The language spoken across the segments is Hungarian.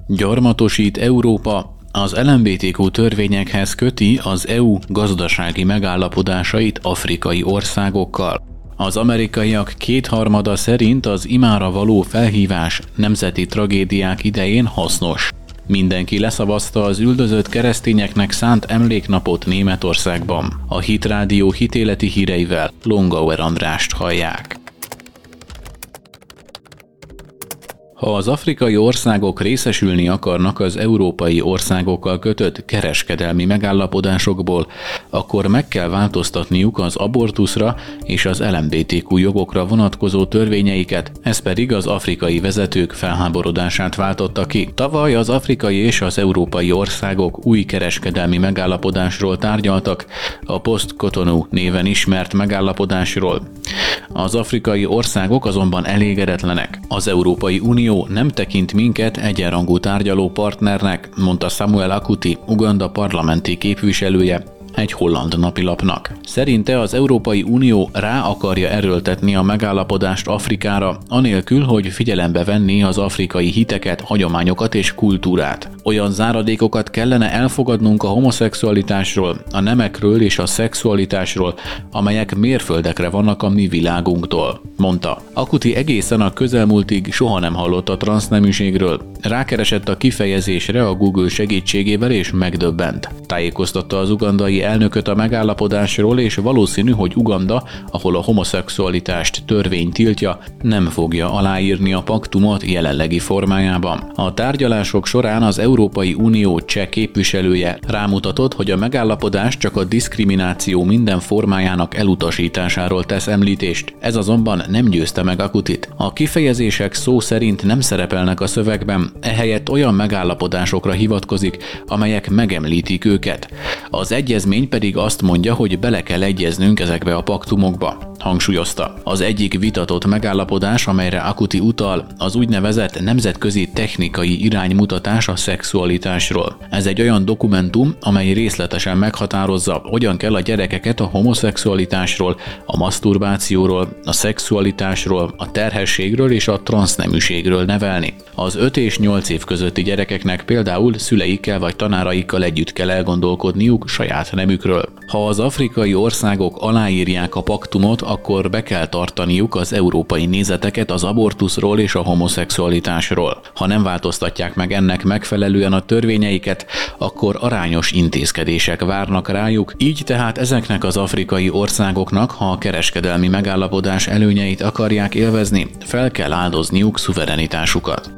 Gyarmatosít Európa. Az LMBTQ törvényekhez köti az EU gazdasági megállapodásait afrikai országokkal. Az amerikaiak kétharmada szerint az imára való felhívás nemzeti tragédiák idején hasznos. Mindenki leszavazta az üldözött keresztényeknek szánt emléknapot Németországban. A Hit Rádió hitéleti híreivel Longauer Andrást hallják. Ha az afrikai országok részesülni akarnak az európai országokkal kötött kereskedelmi megállapodásokból, akkor meg kell változtatniuk az abortuszra és az LMBTQ jogokra vonatkozó törvényeiket, ez pedig az afrikai vezetők felháborodását váltotta ki. Tavaly az afrikai és az európai országok új kereskedelmi megállapodásról tárgyaltak, a Post-Cotonou néven ismert megállapodásról. Az afrikai országok azonban elégedetlenek. Az Európai Unió nem tekint minket egyenrangú tárgyaló partnernek, mondta Samuel Akuti, Uganda parlamenti képviselője, egy holland napilapnak. Szerinte az Európai Unió rá akarja erőltetni a megállapodást Afrikára, anélkül, hogy figyelembe venné az afrikai hiteket, hagyományokat és kultúrát. Olyan záradékokat kellene elfogadnunk a homoszexualitásról, a nemekről és a szexualitásról, amelyek mérföldekre vannak a mi világunktól, mondta. Akuti egészen a közelmúltig soha nem hallott a transzneműségről. Rákeresett a kifejezésre a Google segítségével és megdöbbent. Tájékoztatta az ugandai elnököt a megállapodásról, és valószínű, hogy Uganda, ahol a homoszexualitást törvény tiltja, nem fogja aláírni a paktumot jelenlegi formájában. A tárgyalások során az Európai Unió cseh képviselője rámutatott, hogy a megállapodás csak a diszkrimináció minden formájának elutasításáról tesz említést. Ez azonban nem győzte meg Akutit. A kifejezések szó szerint nem szerepelnek a szövegben, ehelyett olyan megállapodásokra hivatkozik, amelyek megemlítik őket. Az egyezmény pedig azt mondja, hogy bele kell egyeznünk ezekbe a paktumokba, hangsúlyozta. Az egyik vitatott megállapodás, amelyre Akuti utal, az úgynevezett nemzetközi technikai iránymutatás a szexualitásról. Ez egy olyan dokumentum, amely részletesen meghatározza, hogyan kell a gyerekeket a homoszexualitásról, a maszturbációról, a szexualitásról, a terhességről és a transzneműségről nevelni. Az 5 és 8 év közötti gyerekeknek például szüleikkel vagy tanáraikkal együtt kell elgondolkodniuk saját nemükről. Ha az afrikai országok aláírják a paktumot, akkor be kell tartaniuk az európai nézeteket az abortuszról és a homoszexualitásról. Ha nem változtatják meg ennek megfelelően a törvényeiket, akkor arányos intézkedések várnak rájuk, így tehát ezeknek az afrikai országoknak, ha a kereskedelmi megállapodás előnyeit akarják élvezni, fel kell áldozniuk szuverenitásukat.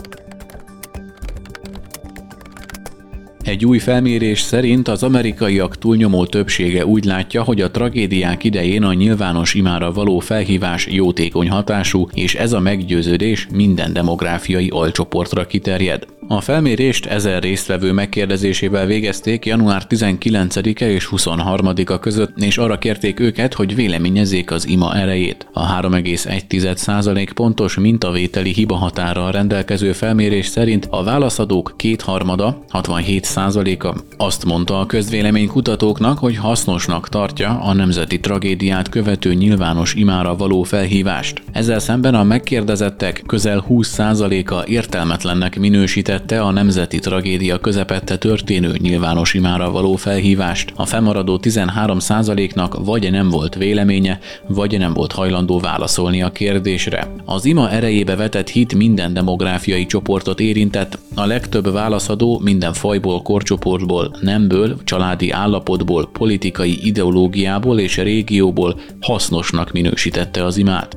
Egy új felmérés szerint az amerikaiak túlnyomó többsége úgy látja, hogy a tragédiák idején a nyilvános imára való felhívás jótékony hatású, és ez a meggyőződés minden demográfiai alcsoportra kiterjed. A felmérést 1000 résztvevő megkérdezésével végezték január 19-e és 23-a között, és arra kérték őket, hogy véleményezzék az ima erejét. A 3,1% pontos mintavételi hibahatárral rendelkező felmérés szerint a válaszadók kétharmada, 67%-a azt mondta a közvéleménykutatóknak, hogy hasznosnak tartja a nemzeti tragédiát követő nyilvános imára való felhívást. Ezzel szemben a megkérdezettek közel 20%-a értelmetlennek minősítette a nemzeti tragédia közepette történő nyilvános imára való felhívást. A fennmaradó 13%-nak vagy nem volt véleménye, vagy nem volt hajlandó válaszolni a kérdésre. Az ima erejébe vetett hit minden demográfiai csoportot érintett, a legtöbb válaszadó minden fajból, korcsoportból, nemből, családi állapotból, politikai ideológiából és régióból hasznosnak minősítette az imát.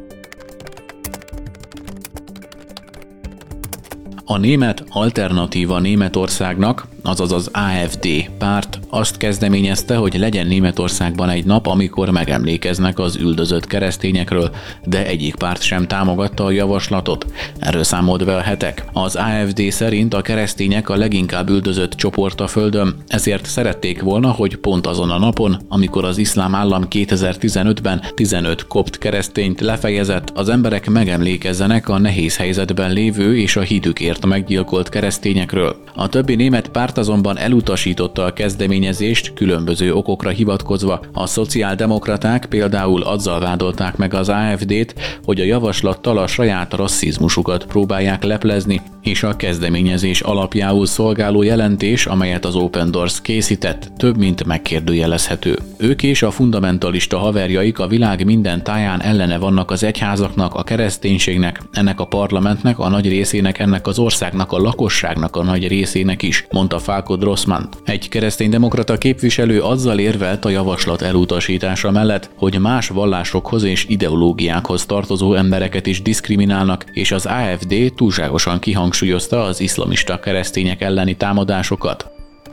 A német Alternatíva Németországnak, azaz az AfD párt azt kezdeményezte, hogy legyen Németországban egy nap, amikor megemlékeznek az üldözött keresztényekről, de egyik párt sem támogatta a javaslatot. Erről számolt be a Hetek. Az AfD szerint a keresztények a leginkább üldözött csoport a földön, ezért szerették volna, hogy pont azon a napon, amikor az iszlám állam 2015-ben 15 kopt keresztényt lefejezett, az emberek megemlékezzenek a nehéz helyzetben lévő és a hitükért meggyilkolt keresztényekről. A többi német párt azonban elutasította a kezdeményezést különböző okokra hivatkozva. A szociáldemokraták például azzal vádolták meg az AfD-t, hogy a javaslattal a saját rasszizmusukat próbálják leplezni, és a kezdeményezés alapjául szolgáló jelentés, amelyet az Open Doors készített, több mint megkérdőjelezhető. Ők és a fundamentalista haverjaik a világ minden táján ellene vannak az egyházaknak, a kereszténységnek, ennek a parlamentnek, a nagy részének, ennek az országnak, a lakosságnak a nagy részének is, mondta Falko Drossman. Egy kereszténydemokrata képviselő azzal érvelt a javaslat elutasítása mellett, hogy más vallásokhoz és ideológiákhoz tartozó embereket is diszkriminálnak, és az AfD túlságosan kihangsúlyozta az iszlamista keresztények elleni támadásokat.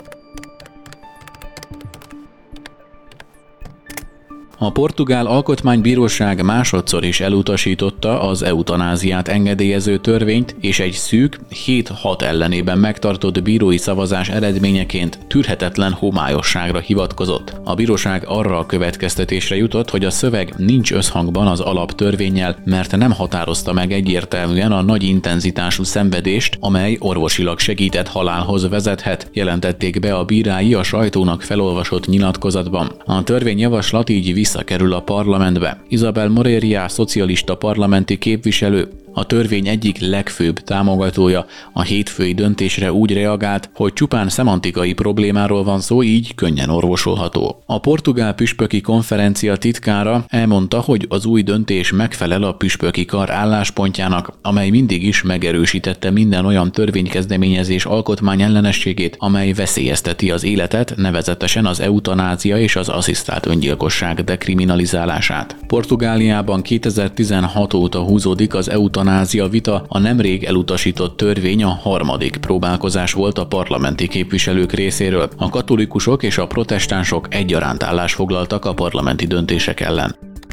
A portugál alkotmánybíróság másodszor is elutasította az eutanáziát engedélyező törvényt, és egy szűk 7-6 ellenében megtartott bírói szavazás eredményeként tűrhetetlen homályosságra hivatkozott. A bíróság arra a következtetésre jutott, hogy a szöveg nincs összhangban az alaptörvénnyel, mert nem határozta meg egyértelműen a nagy intenzitású szenvedést, amely orvosilag segített halálhoz vezethet, jelentették be a bírái a sajtónak felolvasott nyilatkozatban. A törvényjavaslat így visszakerül a parlamentbe. Isabel Moreira, szocialista parlamenti képviselő, a törvény egyik legfőbb támogatója, a hétfői döntésre úgy reagált, hogy csupán szemantikai problémáról van szó, így könnyen orvosolható. A portugál püspöki konferencia titkára elmondta, hogy az új döntés megfelel a püspöki kar álláspontjának, amely mindig is megerősítette minden olyan törvénykezdeményezés alkotmányellenességét, amely veszélyezteti az életet, nevezetesen az eutanázia és az asszisztált öngyilkosság dekriminalizálását. Portugáliában 2016 óta húzódik az eutanázia vita, a nemrég elutasított törvény a harmadik próbálkozás volt a parlamenti képviselők részéről. A katolikusok és a protestánsok egyaránt állásfoglaltak a parlamenti döntések ellen.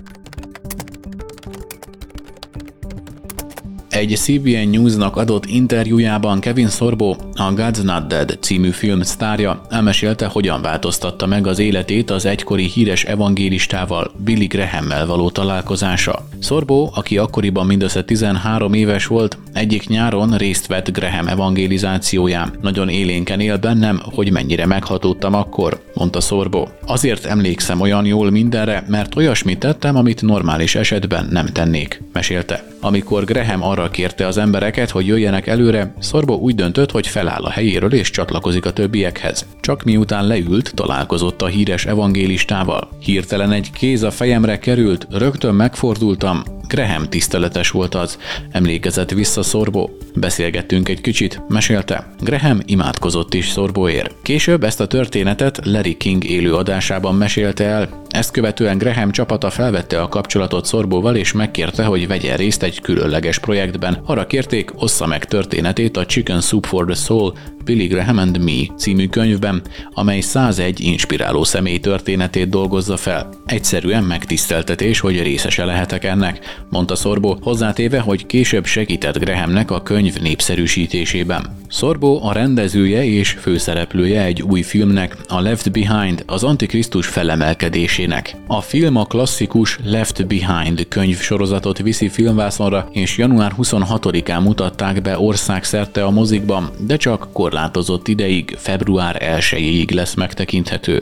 Egy CBN News-nak adott interjújában Kevin Sorbo, a God's Not Dead című film sztárja elmesélte, hogyan változtatta meg az életét az egykori híres evangélistával, Billy Grahammel való találkozása. Sorbo, aki akkoriban mindössze 13 éves volt, egyik nyáron részt vett Graham evangelizációján. Nagyon élénken él bennem, hogy mennyire meghatódtam akkor, mondta Sorbo. Azért emlékszem olyan jól mindenre, mert olyasmit tettem, amit normális esetben nem tennék, mesélte. Amikor Graham arra kérte az embereket, hogy jöjjenek előre, Sorbo úgy döntött, hogy feláll a helyéről és csatlakozik a többiekhez. Csak miután leült, találkozott a híres evangélistával. Hirtelen egy kéz a fejemre került, rögtön megfordultam. Graham tiszteletes volt az, emlékezett vissza Sorbo. Beszélgettünk egy kicsit, mesélte. Graham imádkozott is Sorboért. Később ezt a történetet Larry King élő adásában mesélte el. Ezt követően Graham csapata felvette a kapcsolatot Sorboval és megkérte, hogy vegyen részt egy különleges projektben. Arra kérték, ossza meg történetét a Chicken Soup for the Soul, Billy Graham and Me című könyvben, amely 101 inspiráló személy történetét dolgozza fel. Egyszerűen megtiszteltetés, hogy részese lehetek ennek, mondta Sorbo, hozzátéve, hogy később segített Grahamnek a könyv népszerűsítésében. Sorbo a rendezője és főszereplője egy új filmnek, a Left Behind, az Antikrisztus felemelkedésének. A film a klasszikus Left Behind könyvsorozatot viszi filmvászonra, és január 26-án mutatták be országszerte a mozikban, de csak korlátozott ideig, február 1-ig lesz megtekinthető.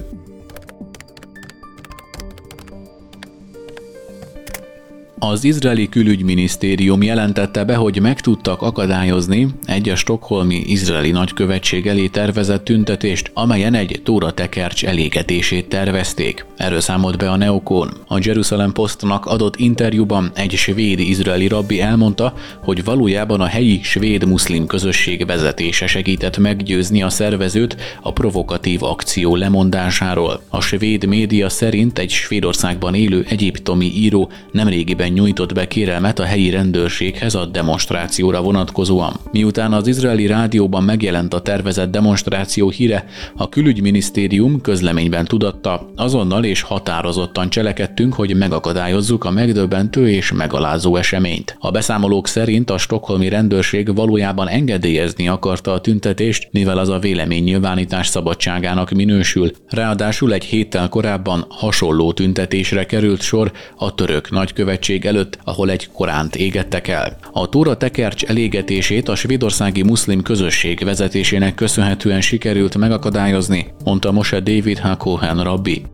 Az izraeli külügyminisztérium jelentette be, hogy meg tudtak akadályozni egy a stockholmi izraeli nagykövetség elé tervezett tüntetést, amelyen egy tóratekercs elégetését tervezték. Erről számolt be a Neokon. A Jerusalem Postnak adott interjúban egy svéd-izraeli rabbi elmondta, hogy valójában a helyi svéd muszlim közösség vezetése segített meggyőzni a szervezőt a provokatív akció lemondásáról. A svéd média szerint egy Svédországban élő egyiptomi író nemrégiben nyújtott be kérelmet a helyi rendőrséghez a demonstrációra vonatkozóan. Miután az izraeli rádióban megjelent a tervezett demonstráció híre, a külügyminisztérium közleményben tudatta, azonnal és határozottan cselekedtünk, hogy megakadályozzuk a megdöbbentő és megalázó eseményt. A beszámolók szerint a stockholmi rendőrség valójában engedélyezni akarta a tüntetést, mivel az a véleménynyilvánítás szabadságának minősül. Ráadásul egy héttel korábban hasonló tüntetésre került sor a török nagykövetség előtt, ahol egy Koránt égettek el. A tóratekercs elégetését a svédországi muszlim közösség vezetésének köszönhetően sikerült megakadályozni, mondta Moshe David HaKohen rabbi.